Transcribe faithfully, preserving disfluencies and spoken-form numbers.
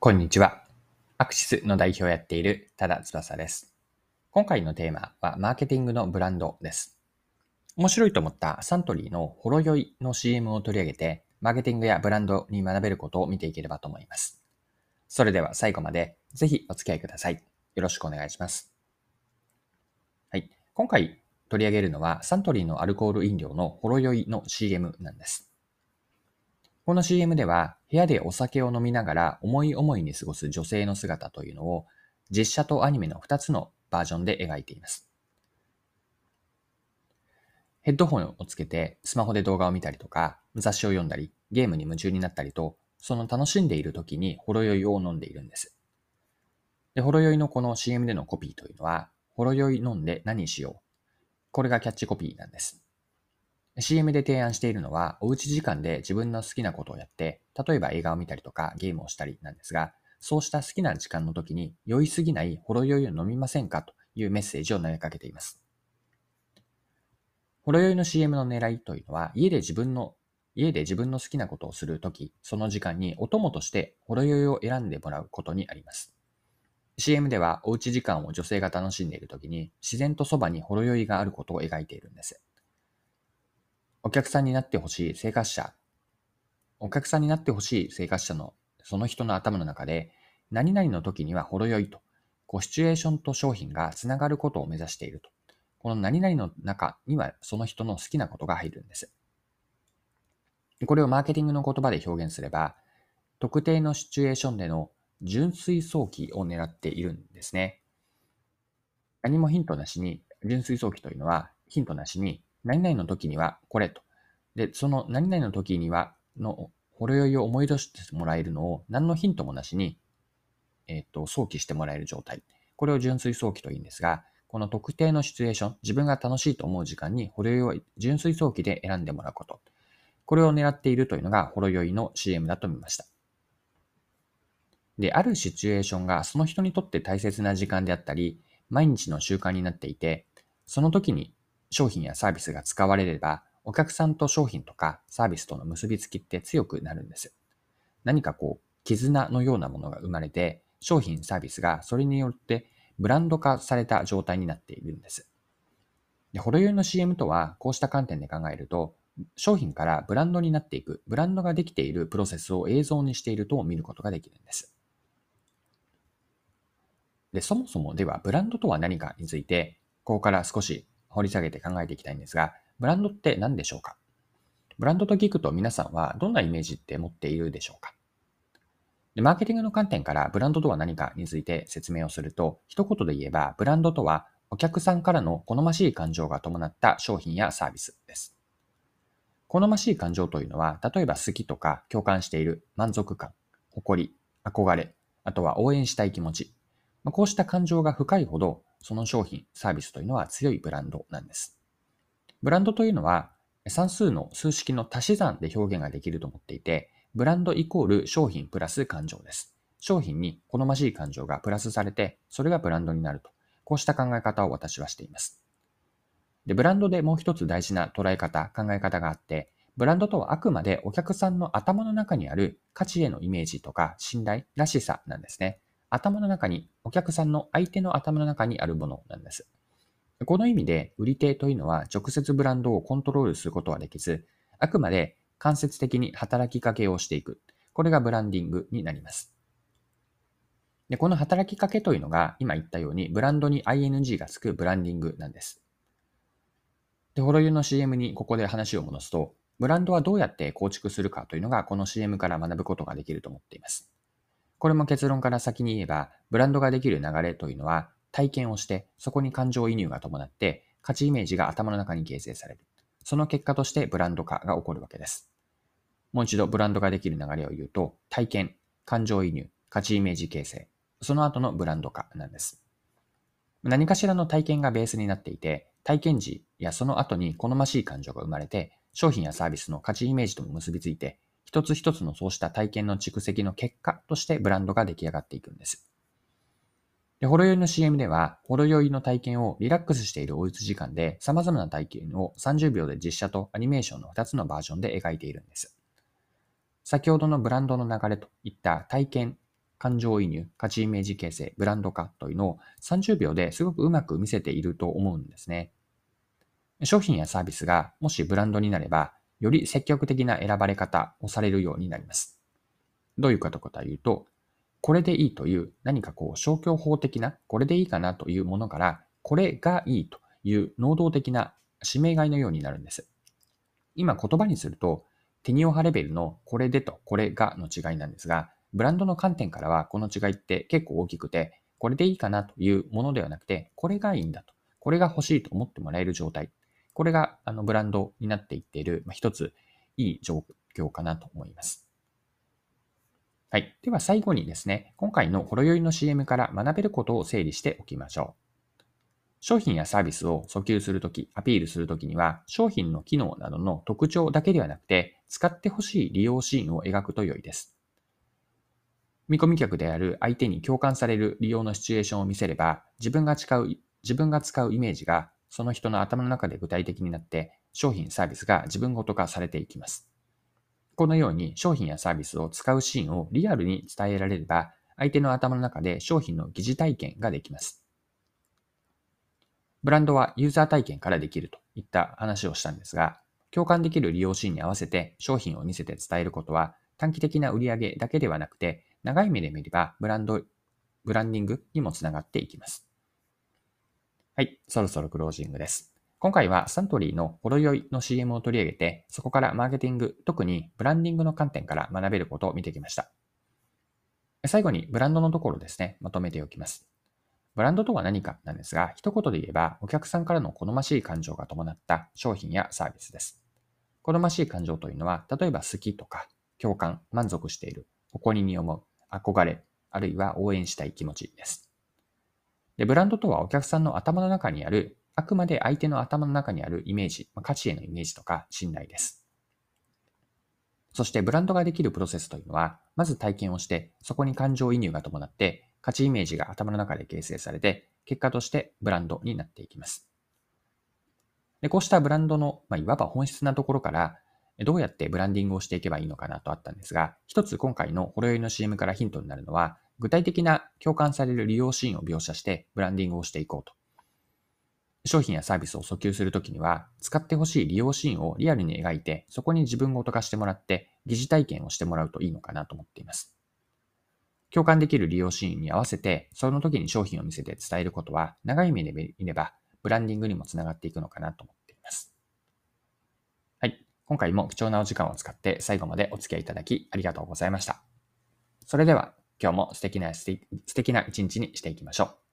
こんにちは。アクシスの代表をやっている多田翼です。今回のテーマはマーケティングのブランドです。面白いと思ったサントリーのほろ酔いの シーエム を取り上げて、マーケティングやブランドに学べることを見ていければと思います。それでは最後までぜひお付き合いください。よろしくお願いします。はい。今回取り上げるのはサントリーのアルコール飲料のほろ酔いの シーエム なんです。この シーエム では部屋でお酒を飲みながら思い思いに過ごす女性の姿というのを実写とアニメのふたつのバージョンで描いています。ヘッドホンをつけてスマホで動画を見たりとか雑誌を読んだりゲームに夢中になったりとその楽しんでいる時にほろ酔いを飲んでいるんです。で、ほろ酔いのこの シーエム でのコピーというのはほろ酔い飲んで何しよう。これがキャッチコピーなんです。シーエム で提案しているのは、おうち時間で自分の好きなことをやって、例えば映画を見たりとかゲームをしたりなんですが、そうした好きな時間の時に酔いすぎないほろ酔いを飲みませんかというメッセージを投げかけています。ほろ酔いの シーエム の狙いというのは、家で自分の、家で自分の好きなことをするとき、その時間にお供としてほろ酔いを選んでもらうことにあります。シーエム では、おうち時間を女性が楽しんでいるときに、自然とそばにほろ酔いがあることを描いているんです。お客さんになってほしい生活者、お客さんになってほしい生活者のその人の頭の中で、何々の時にはほろ酔いと、こうシチュエーションと商品がつながることを目指していると。この何々の中にはその人の好きなことが入るんです。これをマーケティングの言葉で表現すれば、特定のシチュエーションでの純粋想起を狙っているんですね。何もヒントなしに、純粋想起というのはヒントなしに、何々の時にはこれと。で、その何々の時にはのほろ酔いを思い出してもらえるのを何のヒントもなしに、えっと、想起してもらえる状態。これを純粋想起というんですが、この特定のシチュエーション、自分が楽しいと思う時間にほろ酔いを純粋想起で選んでもらうこと。これを狙っているというのがほろ酔いの シーエム だと見ました。で、あるシチュエーションがその人にとって大切な時間であったり、毎日の習慣になっていて、その時に商品やサービスが使われれば、お客さんと商品とかサービスとの結びつきって強くなるんです。何かこう、絆のようなものが生まれて、商品サービスがそれによってブランド化された状態になっているんです。で、ほろ酔いの シーエム とは、こうした観点で考えると、商品からブランドになっていく、ブランドができているプロセスを映像にしていると見ることができるんです。で、そもそもではブランドとは何かについて、ここから少し掘り下げて考えていきたいんですが、ブランドって何でしょうか？ブランドと聞くと皆さんはどんなイメージって持っているでしょうか？で、マーケティングの観点からブランドとは何かについて説明をすると、一言で言えば、ブランドとはお客さんからの好ましい感情が伴った商品やサービスです。好ましい感情というのは、例えば好きとか共感している、満足感、誇り、憧れ、あとは応援したい気持ち。こうした感情が深いほど、その商品、サービスというのは強いブランドなんです。ブランドというのは、算数の数式の足し算で表現ができると思っていて、ブランドイコール商品プラス感情です。商品に好ましい感情がプラスされて、それがブランドになると。こうした考え方を私はしています。で、ブランドでもう一つ大事な捉え方、考え方があって、ブランドとはあくまでお客さんの頭の中にある価値へのイメージとか信頼らしさなんですね。頭の中に、お客さんの相手の頭の中にあるものなんです。この意味で、売り手というのは直接ブランドをコントロールすることはできず、あくまで間接的に働きかけをしていく。これがブランディングになります。で、この働きかけというのが、今言ったように、ブランドに アイエヌジー がつくブランディングなんです。で、ホロユの シーエム にここで話を戻すと、ブランドはどうやって構築するかというのが、この シーエム から学ぶことができると思っています。これも結論から先に言えば、ブランドができる流れというのは、体験をして、そこに感情移入が伴って、価値イメージが頭の中に形成される。その結果としてブランド化が起こるわけです。もう一度ブランドができる流れを言うと、体験、感情移入、価値イメージ形成、その後のブランド化なんです。何かしらの体験がベースになっていて、体験時やその後に好ましい感情が生まれて、商品やサービスの価値イメージとも結びついて、一つ一つのそうした体験の蓄積の結果としてブランドが出来上がっていくんです。で、ほろ酔いの シーエム では、ほろ酔いの体験をリラックスしているおうち時間で様々な体験をさんじゅうびょうで実写とアニメーションのふたつのバージョンで描いているんです。先ほどのブランドの流れといった体験感情移入、価値イメージ形成、ブランド化というのをさんじゅうびょうですごくうまく見せていると思うんですね。商品やサービスがもしブランドになれば、より積極的な選ばれ方をされるようになります。どういうことかというと、これでいいという何かこう消去法的な、これでいいかなというものから、これがいいという能動的な指名買いのようになるんです。今言葉にすると、テニオハレベルのこれでとこれがの違いなんですが、ブランドの観点からはこの違いって結構大きくて、これでいいかなというものではなくて、これがいいんだと、これが欲しいと思ってもらえる状態。これがあのブランドになっていっている、まあ、一ついい状況かなと思います。はい。では最後にですね、今回のほろ酔いの シーエム から学べることを整理しておきましょう。商品やサービスを訴求するとき、アピールするときには、商品の機能などの特徴だけではなくて、使ってほしい利用シーンを描くと良いです。見込み客である相手に共感される利用のシチュエーションを見せれば、自分が使う、自分が使うイメージがその人の頭の中で具体的になって、商品サービスが自分ごと化されていきます。このように商品やサービスを使うシーンをリアルに伝えられれば、相手の頭の中で商品の疑似体験ができます。ブランドはユーザー体験からできるといった話をしたんですが、共感できる利用シーンに合わせて商品を見せて伝えることは短期的な売上だけではなくて、長い目で見ればブランド、ブランディングにもつながっていきます。はい、そろそろクロージングです。今回はサントリーのほろ酔いの シーエム を取り上げて、そこからマーケティング、特にブランディングの観点から学べることを見てきました。最後にブランドのところですね、まとめておきます。ブランドとは何かなんですが、一言で言えば、お客さんからの好ましい感情が伴った商品やサービスです。好ましい感情というのは、例えば好きとか、共感、満足している、誇りに思う、憧れ、あるいは応援したい気持ちです。で、ブランドとはお客さんの頭の中にある、あくまで相手の頭の中にあるイメージ、価値へのイメージとか信頼です。そしてブランドができるプロセスというのは、まず体験をして、そこに感情移入が伴って、価値イメージが頭の中で形成されて、結果としてブランドになっていきます。で、こうしたブランドの、まあ、いわば本質なところから、どうやってブランディングをしていけばいいのかなとあったんですが、一つ今回のほろ酔いの シーエム からヒントになるのは、具体的な共感される利用シーンを描写してブランディングをしていこうと。商品やサービスを訴求するときには、使ってほしい利用シーンをリアルに描いて、そこに自分ごと化してもらって、疑似体験をしてもらうといいのかなと思っています。共感できる利用シーンに合わせて、その時に商品を見せて伝えることは、長い目で見れば、ブランディングにもつながっていくのかなと思っています。はい。今回も貴重なお時間を使って最後までお付き合いいただきありがとうございました。それでは、今日も素敵な、素敵な一日にしていきましょう。